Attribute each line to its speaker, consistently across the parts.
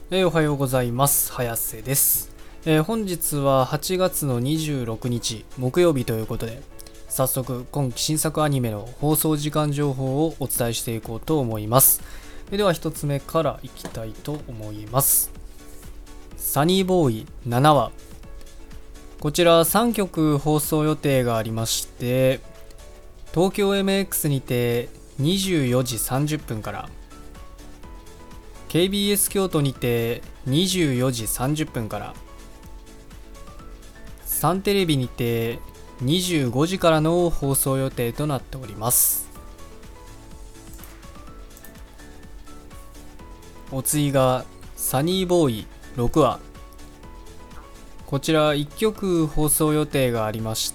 Speaker 1: おはようございます。早瀬です。本日は8月の26日木曜日ということで、早速今期新作アニメの放送時間情報をお伝えしていこうと思います。では1つ目からいきたいと思います。サニーボーイ7話。こちら3曲放送予定がありまして、東京 MX にて24時30分から、KBS 京都にて24時30分から、サンテレビにて25時からの放送予定となっております。お次がサニーボーイ6話。こちら1曲放送予定がありまして、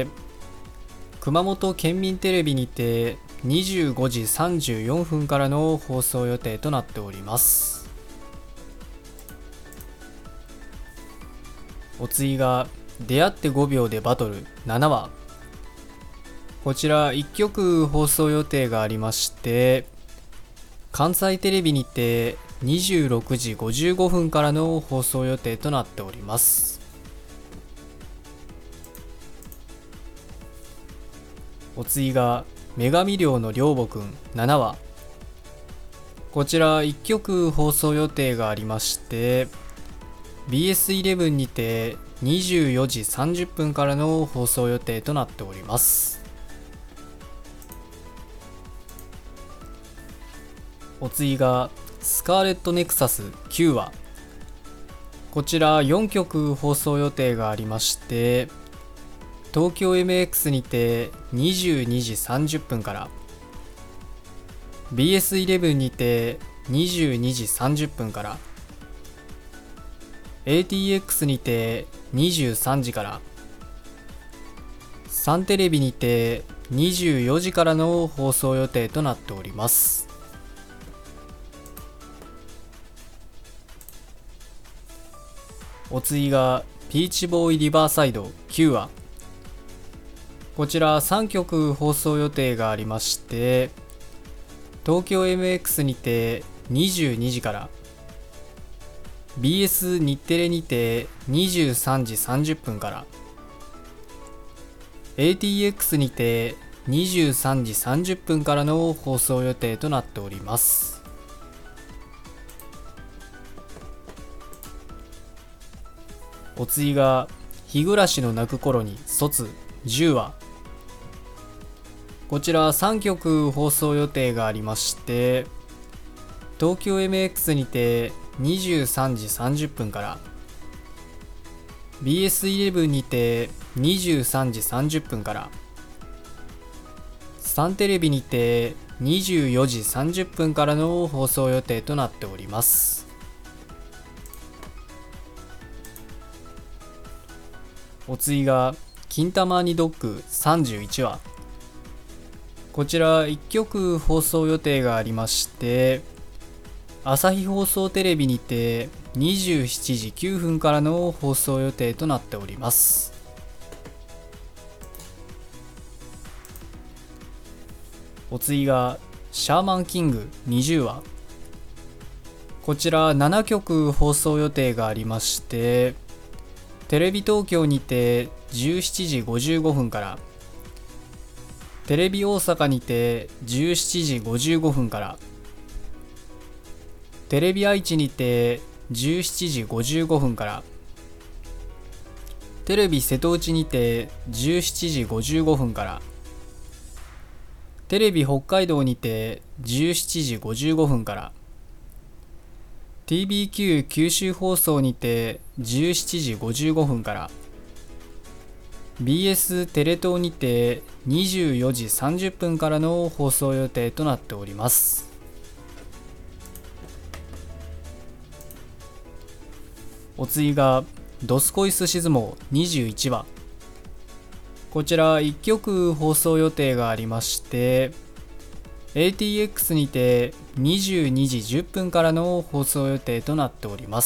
Speaker 1: 熊本県民テレビにて25時34分からの放送予定となっております。お次が出会って5秒でバトル7話。こちら1曲放送予定がありまして、関西テレビにて26時55分からの放送予定となっております。お次が女神寮の寮母くん7話。こちら1曲放送予定がありまして、BS11 にて24時30分からの放送予定となっております。お次がスカーレットネクサス9話。こちら4曲放送予定がありまして、東京 MX にて22時30分から、BS11 にて22時30分から、ATX にて23時から、サンテレビにて24時からの放送予定となっております。お次がピーチボーイリバーサイド9話。こちら3曲放送予定がありまして、東京 MX にて22時から、BS 日テレにて23時30分から、ATX にて23時30分からの放送予定となっております。お次が日暮の泣く頃に卒10話。こちら3曲放送予定がありまして、東京 MX にて23時30分から、BS11 にて23時30分から、サンテレビにて24時30分からの放送予定となっております。お次が金玉にドッグ31話。こちら1曲放送予定がありまして、朝日放送テレビにて27時9分からの放送予定となっております。お次がシャーマンキング20話。こちら7曲放送予定がありまして、テレビ東京にて17時55分から、テレビ大阪にて17時55分から、テレビ愛知にて17時55分から、テレビ瀬戸内にて17時55分から、テレビ北海道にて17時55分から、TBQ 九州放送にて17時55分から、BS テレ東にて24時30分からの放送予定となっております。お次がドスコイスシズモ21話。こちら1曲放送予定がありまして、ATX にて22時10分からの放送予定となっております。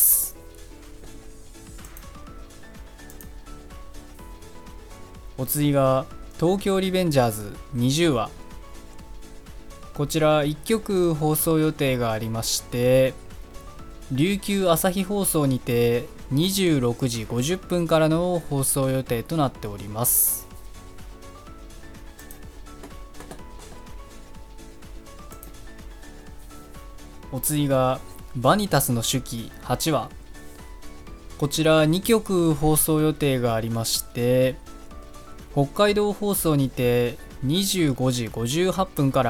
Speaker 1: お次が東京リベンジャーズ20話。こちら1曲放送予定がありまして、 琉球朝日放送にて26時50分からの放送予定となっております。お次がバニタスの手記8話。こちら2曲放送予定がありまして、北海道放送にて25時58分から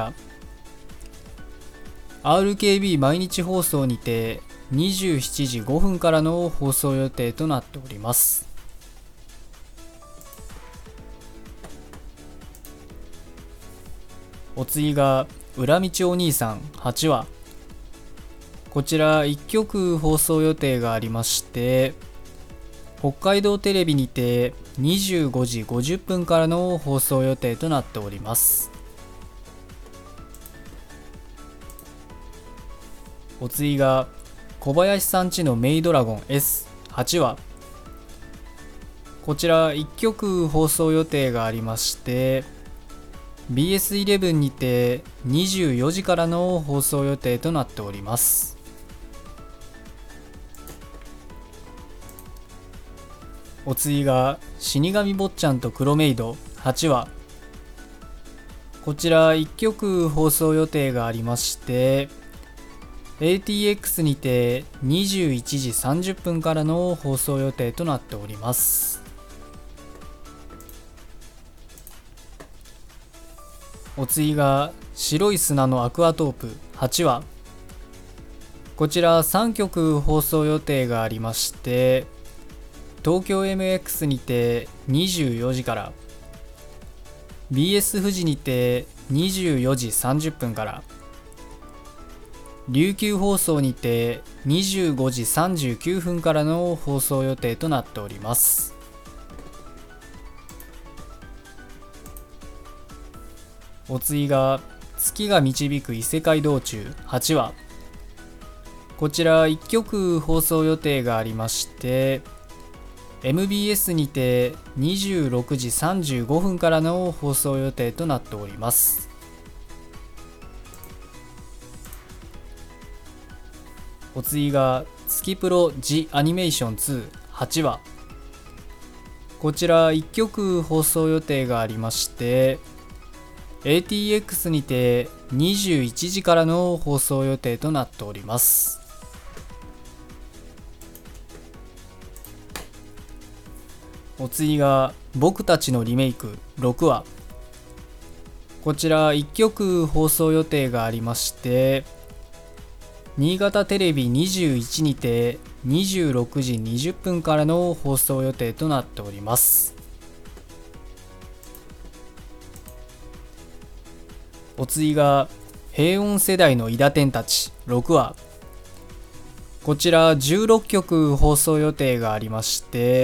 Speaker 1: 、RKB 毎日放送にて27時5分からの放送予定となっております。お次が裏道お兄さん8話。こちら1曲放送予定がありまして、北海道テレビにて25時50分からの放送予定となっております。お次が小林さんちのメイドラゴン S8 話。こちら1曲放送予定がありまして、BS11 にて24時からの放送予定となっております。お次が死神坊ちゃんと黒メイド8話。こちら1曲放送予定がありまして、ATX にて21時30分からの放送予定となっております。お次が白い砂のアクアトープ8話。こちら3曲放送予定がありまして、東京 MX にて24時から、BS 富士にて24時30分から、琉球放送にて25時39分からの放送予定となっております。お次が月が導く異世界道中8話。こちら1曲放送予定がありまして、MBS にて26時35分からの放送予定となっております。お次が月プロジアニメーション2 8話。こちら1曲放送予定がありまして、ATX にて21時からの放送予定となっております。お次が僕たちのリメイク6話。こちら1曲放送予定がありまして、新潟テレビ21にて26時20分からの放送予定となっております。お次が平穏世代の伊田天たち6話。こちら16曲放送予定がありまして、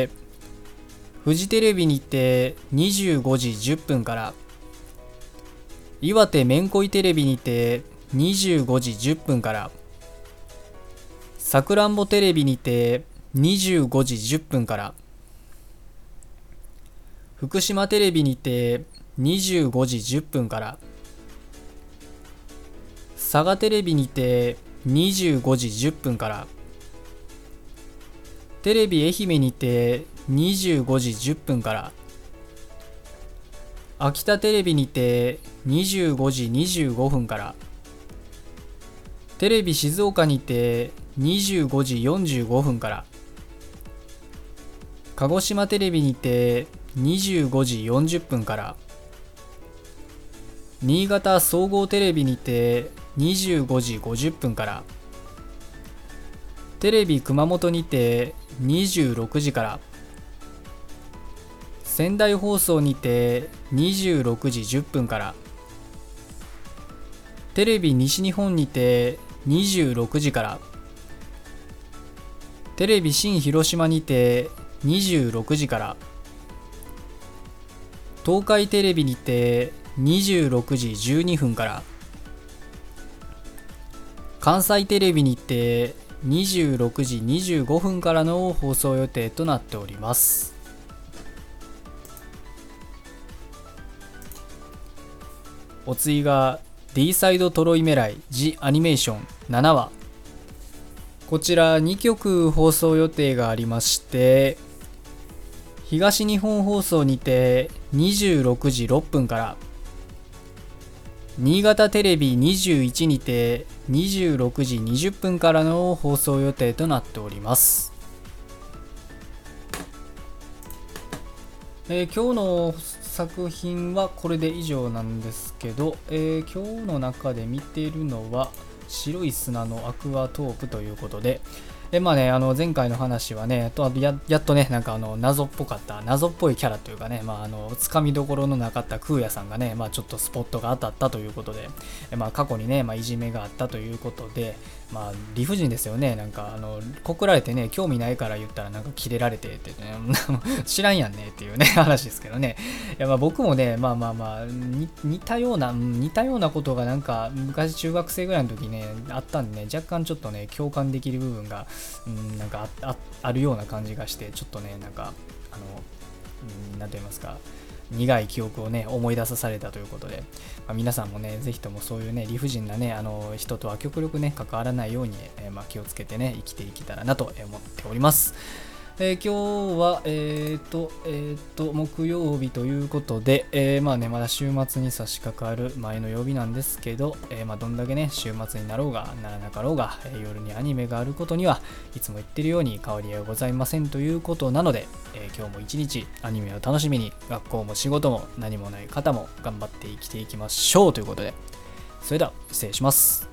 Speaker 1: フジテレビにて25時10分から、岩手めんこいテレビにて25時10分から、さくらんぼテレビにて25時10分から、福島テレビにて25時10分から、佐賀テレビにて25時10分から、テレビ愛媛にて25時10分から、秋田テレビにて25時25分から、テレビ静岡にて25時45分から、鹿児島テレビにて25時40分から、新潟総合テレビにて25時50分から、テレビ熊本にて26時から、仙台放送にて26時10分から、テレビ西日本にて26時から、テレビ新広島にて26時から、東海テレビにて26時12分から、関西テレビにて26時25分からの放送予定となっております。お次が D サイドトロイメライジアニメーション7話。 こちら2曲放送予定がありまして、東日本放送にて26時6分から、新潟テレビ21にて26時20分からの放送予定となっております。今日の作品はこれで以上なんですけど、今日の中で見ているのは白い砂のアクアトープということで、まあね、前回の話はね、やっとね、なんか謎っぽいキャラというかね、つかみどころのなかった空也さんがね、ちょっとスポットが当たったということで、過去にね、いじめがあったということで、理不尽ですよね。なんか告られてね、興味ないから言ったらなんかキレられてってね、知らんやんねっていうね、話ですけどね。いや僕もね、似たようなことがなんか昔中学生ぐらいの時ね、あったんでね、若干ちょっとね、共感できる部分がなんかあるような感じがして、ちょっとね、なんかなんと言いますか、苦い記憶をね思い出さされたということで、皆さんもねぜひともそういうね理不尽なね人とは極力ね関わらないように、気をつけてね生きていけたらなと思っております。今日は木曜日ということで、まだ週末に差し掛かる前の曜日なんですけど、どんだけね週末になろうがならなかろうが、夜にアニメがあることにはいつも言ってるように変わりはございませんということなので、今日も一日アニメを楽しみに学校も仕事も何もない方も頑張って生きていきましょうということで、それでは失礼します。